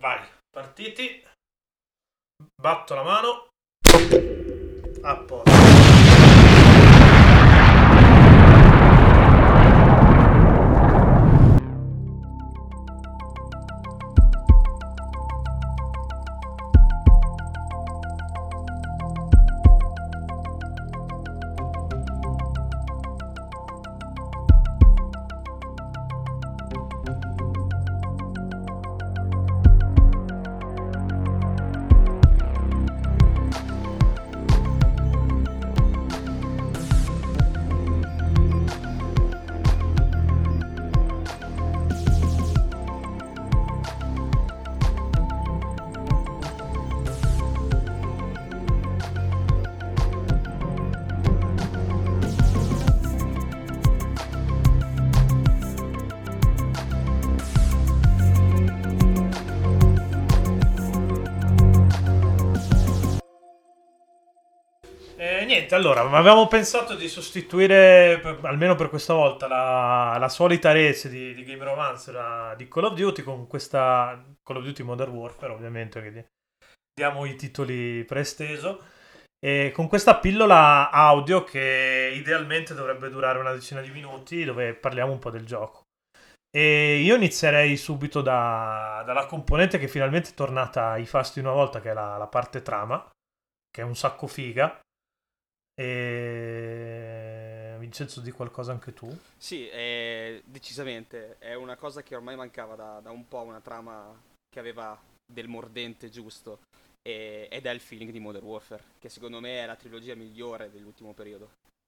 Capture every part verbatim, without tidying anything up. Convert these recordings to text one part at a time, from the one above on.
Vai, partiti. Batto la mano. A posto. Eh, niente, allora, avevamo pensato di sostituire, per- almeno per questa volta, la, la solita race di, di Game Romance da- di Call of Duty con questa Call of Duty Modern Warfare, ovviamente, che di- diamo i titoli preesteso, e con questa pillola audio che idealmente dovrebbe durare una decina di minuti, dove parliamo un po' del gioco. E io inizierei subito da- dalla componente che finalmente è tornata ai fasti una volta, che è la, la parte trama, che è un sacco figa. E Vincenzo, di qualcosa anche tu? Sì, è- decisamente. È una cosa che ormai mancava da, da un po', una trama che aveva del mordente giusto. E- ed è il feeling di Modern Warfare, che secondo me è la trilogia migliore dell'ultimo periodo.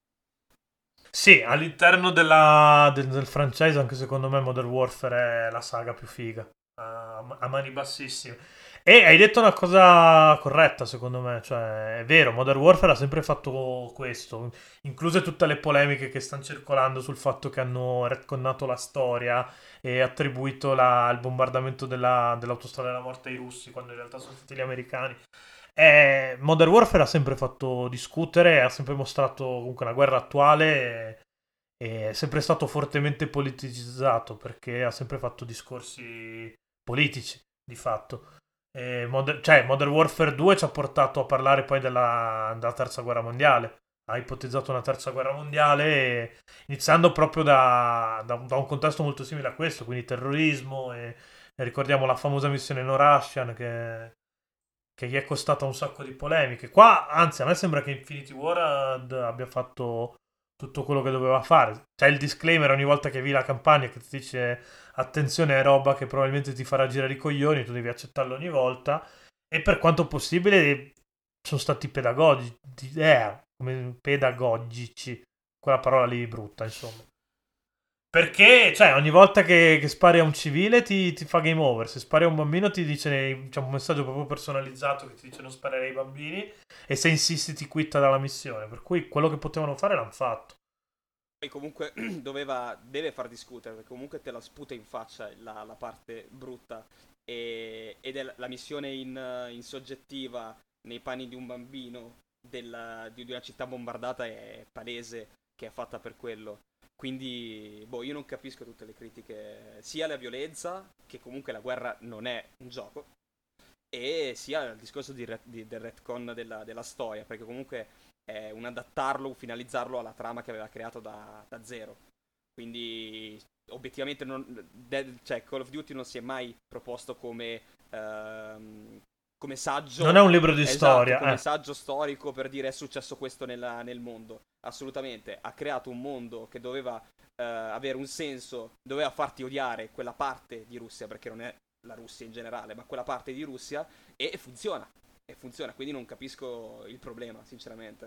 Sì, all'interno della- del, del franchise, anche secondo me Modern Warfare è la saga più figa, a, a mani bassissime. E hai detto una cosa corretta, secondo me, cioè è vero, Modern Warfare ha sempre fatto questo, incluse tutte le polemiche che stanno circolando sul fatto che hanno retconnato la storia e attribuito la- il bombardamento della- dell'autostrada della morte ai russi, quando in realtà sono stati gli americani. Eh, Modern Warfare ha sempre fatto discutere, ha sempre mostrato comunque la guerra attuale e è sempre stato fortemente politicizzato perché ha sempre fatto discorsi politici, di fatto. E Moder- cioè, Modern Warfare due ci ha portato a parlare poi della, della terza guerra mondiale. Ha ipotizzato una terza guerra mondiale, e- iniziando proprio da, da un da un contesto molto simile a questo, quindi terrorismo e, e ricordiamo la famosa missione No Russian che che gli è costata un sacco di polemiche. Qua, anzi, a me sembra che Infinity Ward abbia fatto tutto quello che doveva fare. C'è il disclaimer ogni volta che vi la campagna che ti dice attenzione, è roba che probabilmente ti farà girare i coglioni, tu devi accettarlo ogni volta. E per quanto possibile sono stati pedagogici, eh, come pedagogici, quella parola lì brutta, insomma. Perché, cioè, ogni volta che, che spari a un civile ti, ti fa game over. Se spari a un bambino ti dice, c'è un messaggio proprio personalizzato che ti dice non sparare ai bambini. E se insisti ti quitta dalla missione. Per cui quello che potevano fare l'hanno fatto. Poi comunque doveva, deve far discutere, perché comunque te la sputa in faccia la, la parte brutta. E- ed è la la missione in, in soggettiva, nei panni di un bambino, della- di, di una città bombardata, è palese che è fatta per quello. Quindi, boh, io non capisco tutte le critiche, sia alla violenza, che comunque la guerra non è un gioco, e sia il discorso di re- di- del retcon della, della storia, perché comunque è un adattarlo, un finalizzarlo alla trama che aveva creato da, da zero. Quindi, obiettivamente, non, de- cioè, Call of Duty non si è mai proposto come, ehm, come Non è saggio, un libro di esatto, storia, come eh. saggio storico per dire è successo questo nella- nel mondo. Assolutamente, ha creato un mondo che doveva eh, avere un senso, doveva farti odiare quella parte di Russia, perché non è la Russia in generale, ma quella parte di Russia, e funziona. E funziona, quindi non capisco il problema, sinceramente.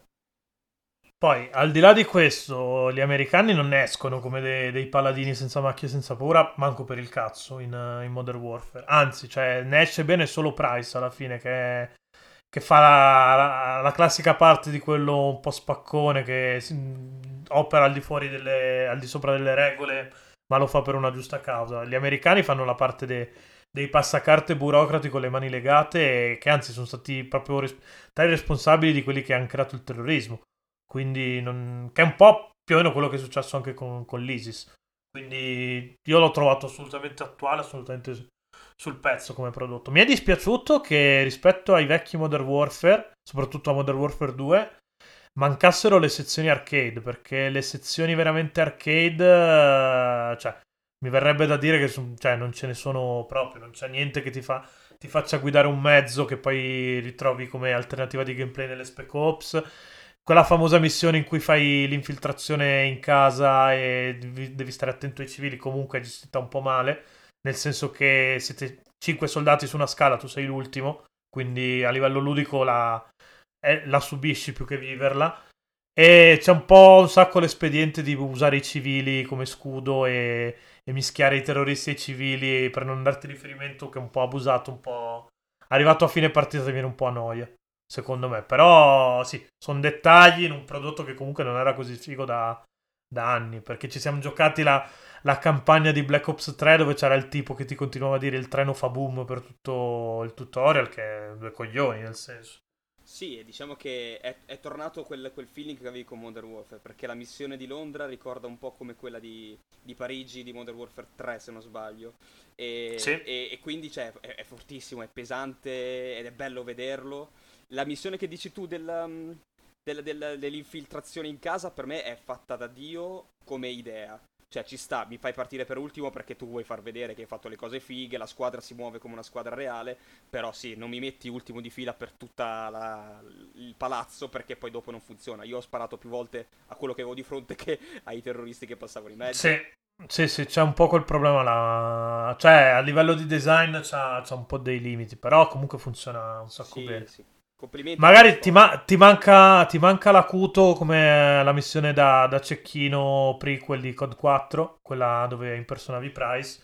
Poi, al di là di questo, gli americani non ne escono come dei, dei paladini senza macchie e senza paura, manco per il cazzo in, eh, in Modern Warfare. Anzi, cioè, ne esce bene solo Price alla fine, che, è- che fa la, la- la classica parte di quello un po' spaccone che si- opera al di fuori delle, al di sopra delle regole, ma lo fa per una giusta causa. Gli americani fanno la parte de- dei passacarte burocrati con le mani legate, e che anzi sono stati proprio res- tra i responsabili di quelli che hanno creato il terrorismo. Quindi, non- che è un po' più o meno quello che è successo anche con, con l'ISIS. Quindi io l'ho trovato assolutamente attuale, assolutamente sul pezzo come prodotto. Mi è dispiaciuto che rispetto ai vecchi Modern Warfare, soprattutto a Modern Warfare due, mancassero le sezioni arcade, perché le sezioni veramente arcade, eh, cioè, mi verrebbe da dire che son- cioè, non ce ne sono proprio, non c'è niente che ti fa ti faccia guidare un mezzo che poi ritrovi come alternativa di gameplay nelle Spec Ops. Quella famosa missione in cui fai l'infiltrazione in casa e devi devi stare attento ai civili, comunque è gestita un po' male, nel senso che siete cinque soldati su una scala, tu sei l'ultimo, quindi a livello ludico la, eh, la subisci più che viverla. E c'è un po' un sacco l'espediente di usare i civili come scudo e, e mischiare i terroristi e i civili per non darti riferimento, che è un po' abusato, un po'... Arrivato a fine partita ti viene un po' a noia, secondo me. Però sì, sono dettagli in un prodotto che comunque non era così figo da, da anni, perché ci siamo giocati la, la campagna di Black Ops tre dove c'era il tipo che ti continuava a dire il treno fa boom per tutto il tutorial, che è due coglioni, nel senso. Sì, e diciamo che è, è tornato quel, quel feeling che avevi con Modern Warfare, perché la missione di Londra ricorda un po' come quella di, di Parigi di Modern Warfare tre, se non sbaglio. E, Sì. e- e quindi cioè, è, è fortissimo, è pesante ed è bello vederlo. La missione che dici tu della, mm, del- del- dell'infiltrazione in casa per me è fatta da Dio come idea. Cioè, ci sta, mi fai partire per ultimo perché tu vuoi far vedere che hai fatto le cose fighe, la squadra si muove come una squadra reale, però sì, non mi metti ultimo di fila per tutto il palazzo perché poi dopo non funziona. Io ho sparato più volte a quello che avevo di fronte che ai terroristi che passavano in mezzo. Sì, sì, sì, c'è un po' quel problema là. Cioè, a livello di design c'ha, c'ha un po' dei limiti, però comunque funziona un sacco Sì, bene. sì. Complimenti per la Magari ti, storia. ma- ti manca, ti manca l'acuto come la missione da, da cecchino prequel di COD quattro, quella dove impersonavi Price.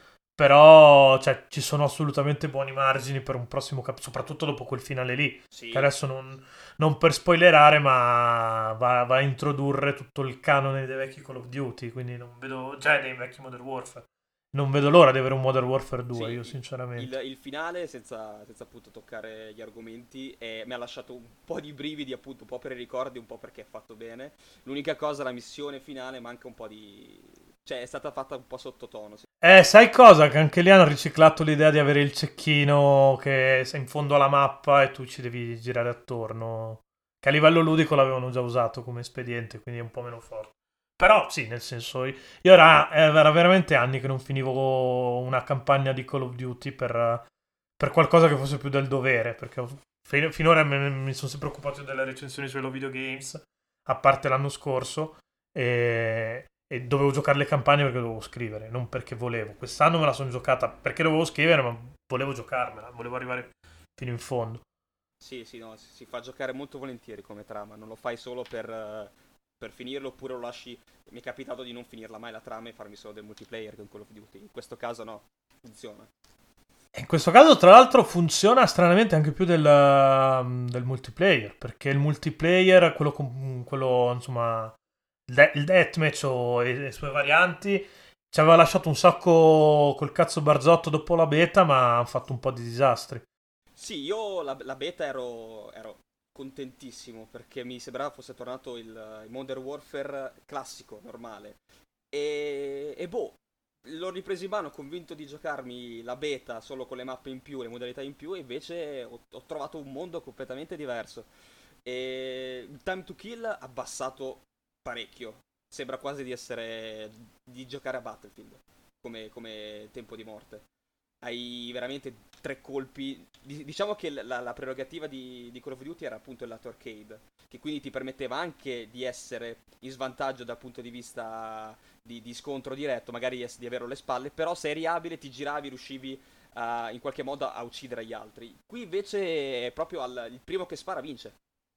Però, cioè, ci sono assolutamente buoni margini per un prossimo capitolo, soprattutto dopo quel finale lì, che Sì, adesso non, non per spoilerare, ma va, va a introdurre tutto il canone dei vecchi Call of Duty, quindi non vedo, cioè dei vecchi Modern Warfare. Non vedo l'ora di avere un Modern Warfare due, sì, io il, sinceramente. il finale, senza, senza appunto toccare gli argomenti, eh, mi ha lasciato un po' di brividi, appunto, un po' per i ricordi, un po' perché è fatto bene. L'unica cosa, la missione finale manca un po' di... cioè è stata fatta un po' sottotono. Sì, Eh, sai cosa? Che anche lì hanno riciclato l'idea di avere il cecchino che sei in fondo alla mappa e tu ci devi girare attorno. Che a livello ludico l'avevano già usato come espediente, quindi è un po' meno forte. Però sì, nel senso, io era, era veramente anni che non finivo una campagna di Call of Duty per, per qualcosa che fosse più del dovere, perché ho- fin- finora me- mi sono sempre occupato delle recensioni sui Hello Video Games, a parte l'anno scorso, e, e dovevo giocare le campagne perché dovevo scrivere, non perché volevo. Quest'anno me la sono giocata perché dovevo scrivere, ma volevo giocarmela, volevo arrivare fino in fondo. sì, sì, no, si, si fa giocare molto volentieri come trama, non lo fai solo per, eh, per finirlo oppure lo lasci... Mi è capitato di non finirla mai la trama e farmi solo del multiplayer con Call of Duty. In questo caso no, funziona. E in questo caso, tra l'altro, funziona stranamente anche più del, um, del multiplayer, perché il multiplayer, quello, com- quello insomma, il, de- il deathmatch o e le sue varianti, ci aveva lasciato un sacco col cazzo barzotto dopo la beta, ma hanno fatto un po' di disastri. Sì, io la, la beta ero, ero contentissimo perché mi sembrava fosse tornato il, il Modern Warfare classico, normale. E, e boh, l'ho ripreso in mano convinto di giocarmi la beta solo con le mappe in più, le modalità in più, e invece ho, ho trovato un mondo completamente diverso. E il time to kill abbassato parecchio. Sembra quasi di essere... di giocare a Battlefield come, come tempo di morte. Hai veramente tre colpi. Di- diciamo che la, la prerogativa di, di Call of Duty era appunto il lato arcade, che quindi ti permetteva anche di essere in svantaggio dal punto di vista di, di scontro diretto, magari es- di averlo alle spalle, però se eri abile ti giravi, riuscivi a- in qualche modo a uccidere gli altri. Qui invece è proprio al, il primo che spara vince.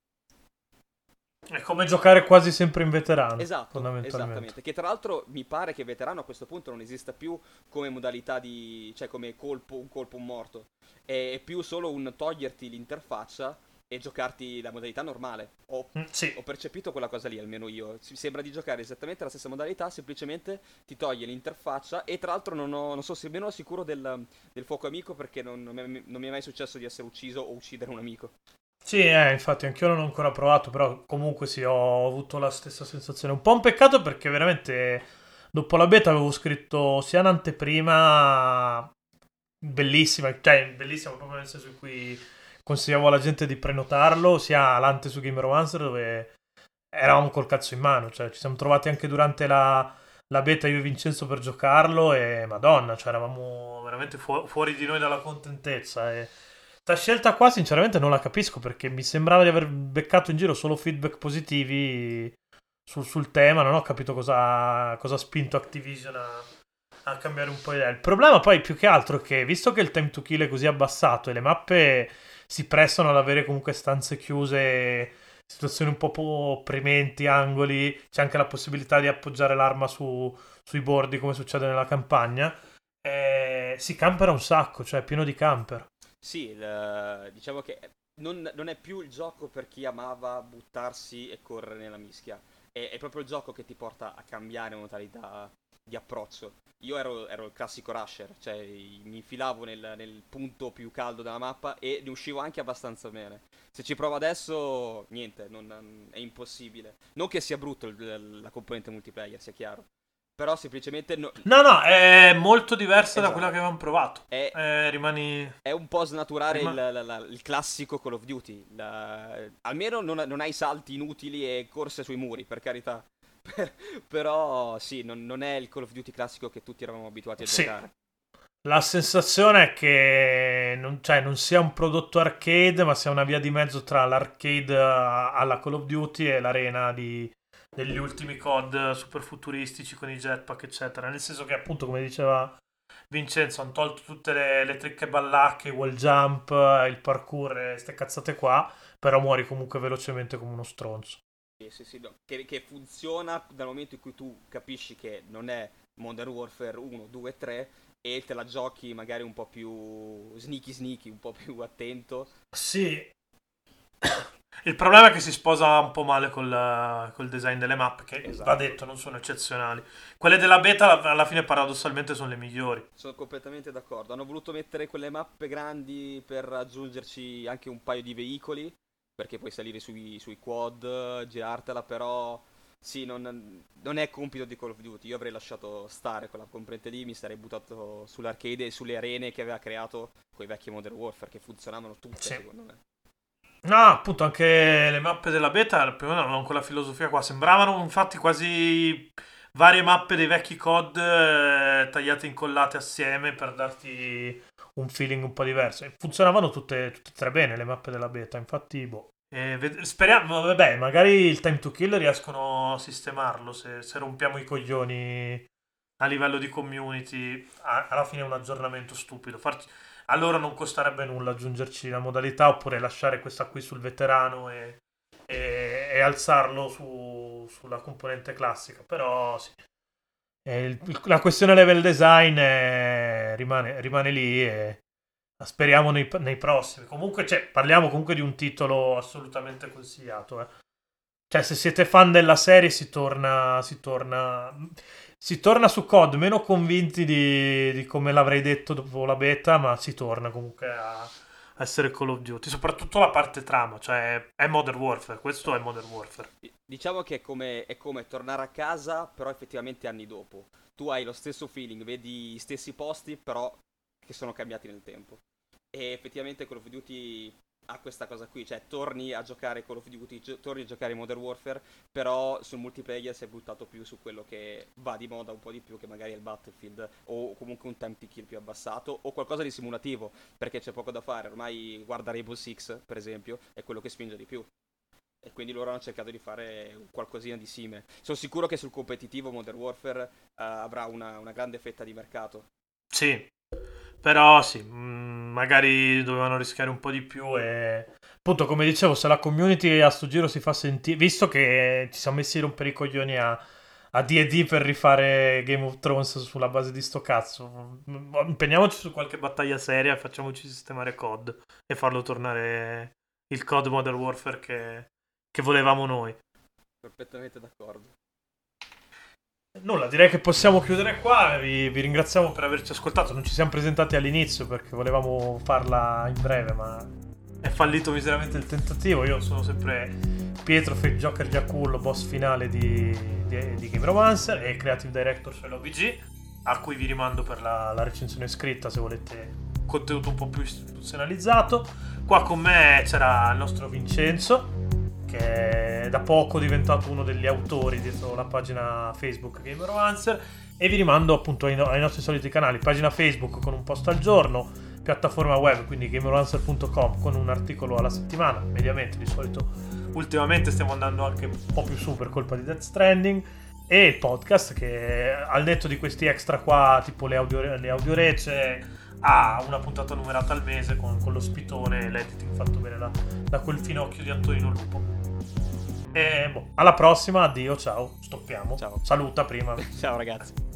È come giocare quasi sempre in veterano, Esatto, fondamentalmente. esattamente. Che tra l'altro mi pare che veterano a questo punto non esista più come modalità di... cioè come colpo, un colpo, un morto. È più solo un toglierti l'interfaccia e giocarti la modalità normale. Ho, Mm, sì. ho percepito quella cosa lì, almeno io. Mi sembra di giocare esattamente la stessa modalità, semplicemente ti toglie l'interfaccia e tra l'altro non, ho, non so se nemmeno sicuro del, del fuoco amico perché non, non mi è, non mi è mai successo di essere ucciso o uccidere un amico. Sì, eh, infatti anch'io non ho ancora provato, però comunque sì, ho avuto la stessa sensazione. Un po' un peccato perché veramente dopo la beta avevo scritto sia in anteprima bellissima, cioè bellissima proprio nel senso in cui consigliavo alla gente di prenotarlo, sia l'ante su Game Romancer dove eravamo col cazzo in mano, cioè ci siamo trovati anche durante la, la beta io e Vincenzo per giocarlo e madonna, cioè eravamo veramente fu- fuori di noi dalla contentezza e sta scelta qua sinceramente non la capisco perché mi sembrava di aver beccato in giro solo feedback positivi sul, sul tema, non ho capito cosa, cosa ha spinto Activision a, a cambiare un po' idea. Il problema poi più che altro è che visto che il time to kill è così abbassato e le mappe si prestano ad avere comunque stanze chiuse, situazioni un po' po' prementi, angoli, c'è anche la possibilità di appoggiare l'arma su, sui bordi come succede nella campagna, eh, si campera un sacco, cioè è pieno di camper. Sì, il- diciamo che non, non è più il gioco per chi amava buttarsi e correre nella mischia. È, è proprio il gioco che ti porta a cambiare modalità di approccio. Io ero, ero il classico rusher, cioè mi infilavo nel, nel punto più caldo della mappa e ne uscivo anche abbastanza bene. Se ci provo adesso, niente, non- è impossibile. Non che sia brutto il- la componente multiplayer, sia chiaro. Però semplicemente no- No, no, è molto diversa da quella esatto. che avevamo provato. È, Eh, rimani... è un po' snaturare il, rima- la- la- il classico Call of Duty. La- almeno non, non hai salti inutili e corse sui muri, per carità. Per- però sì, non, non è il Call of Duty classico che tutti eravamo abituati a Sì, giocare. la sensazione è che non, cioè, non sia un prodotto arcade, ma sia una via di mezzo tra l'arcade a- alla Call of Duty e l'arena di- degli ultimi C O D super futuristici con i jetpack, eccetera. Nel senso che, appunto, come diceva Vincenzo, hanno tolto tutte le, le tricche ballacche, il wall jump, il parkour e queste cazzate qua, però muori comunque velocemente come uno stronzo. Sì, sì, sì, no, che, che funziona dal momento in cui tu capisci che non è Modern Warfare uno, due, tre e te la giochi magari un po' più sneaky sneaky, un po' più attento. Sì, il problema è che si sposa un po' male col, col design delle mappe, che va Esatto. detto non sono eccezionali. Quelle della beta alla alla fine paradossalmente sono le migliori. Sono completamente d'accordo. Hanno voluto mettere quelle mappe grandi per aggiungerci anche un paio di veicoli, perché puoi salire sui, sui quad, girartela, però sì, non, non è compito di Call of Duty. Io avrei lasciato stare quella componente lì, mi sarei buttato sull'arcade e sulle arene che aveva creato quei vecchi Modern Warfare, che funzionavano tutte, Sì. secondo me. No, appunto, anche le mappe della beta più o meno avevano quella filosofia qua. Sembravano infatti quasi varie mappe dei vecchi C O D eh, tagliate e incollate assieme per darti un feeling un po' diverso. E funzionavano tutte, tutte e tre bene le mappe della beta. Infatti, boh. E ved- speriamo, vabbè, magari il time to kill riescono a sistemarlo se, se rompiamo i coglioni a livello di community. A- alla fine è un aggiornamento stupido. Farci- allora non costerebbe nulla aggiungerci la modalità oppure lasciare questa qui sul veterano e, e- e alzarlo su- sulla componente classica. Però sì. Eh, il- la questione level design è- rimane, rimane lì e la speriamo nei, nei prossimi. Comunque, cioè, parliamo comunque di un titolo assolutamente consigliato. eh. Cioè, se siete fan della serie, si torna, si torna, si torna su C O D meno convinti di, di come l'avrei detto dopo la beta, ma si torna comunque a, a essere Call of Duty. Soprattutto la parte trama, cioè è Modern Warfare. Questo è Modern Warfare. Di- Diciamo che è come, è come tornare a casa, però effettivamente anni dopo. Tu hai lo stesso feeling, vedi gli stessi posti, però che sono cambiati nel tempo. E effettivamente Call of Duty ha questa cosa qui, cioè torni a giocare Call of Duty, gio- torni a giocare Modern Warfare, però sul multiplayer si è buttato più su quello che va di moda un po' di più, che magari è il Battlefield, o comunque un time to kill più abbassato, o qualcosa di simulativo, perché c'è poco da fare. Ormai guarda Rainbow Six, per esempio, è quello che spinge di più. E quindi loro hanno cercato di fare un qualcosina di simile. Sono sicuro che sul competitivo Modern Warfare eh, avrà una, una grande fetta di mercato. Sì, però sì, mh, magari dovevano rischiare un po' di più e appunto come dicevo, se la community a sto giro si fa sentire, visto che ci siamo messi a rompere i coglioni a, a D and D per rifare Game of Thrones sulla base di sto cazzo, mh, impegniamoci su qualche battaglia seria e facciamoci sistemare C O D e farlo tornare il C O D Modern Warfare che, che volevamo noi. Perfettamente d'accordo. Nulla, direi che possiamo chiudere qua. Vi, vi ringraziamo per averci ascoltato. Non ci siamo presentati all'inizio perché volevamo farla in breve, ma è fallito miseramente il tentativo. Io sono sempre Pietro, Fake Joker Giacullo, boss finale di, di, di Game Romancer e Creative Director su L O B G, a cui vi rimando per la, la recensione scritta se volete contenuto un po' più istituzionalizzato. Qua con me c'era il nostro Vincenzo, che è da poco diventato uno degli autori dietro la pagina Facebook Gameromancer, e vi rimando appunto ai, no- ai nostri soliti canali, pagina Facebook con un post al giorno, piattaforma web, quindi gameromancer punto com, con un articolo alla settimana, mediamente. Di solito ultimamente stiamo andando anche un po' più su per colpa di Death Stranding, e il podcast che, al netto di questi extra qua, tipo le audio, le audiorece, ha una puntata numerata al mese con, con lo spitone e l'editing fatto bene da, da quel finocchio di Antonino Lupo. E boh, alla prossima, addio, ciao, stoppiamo. Ciao. Saluta prima. Ciao ragazzi.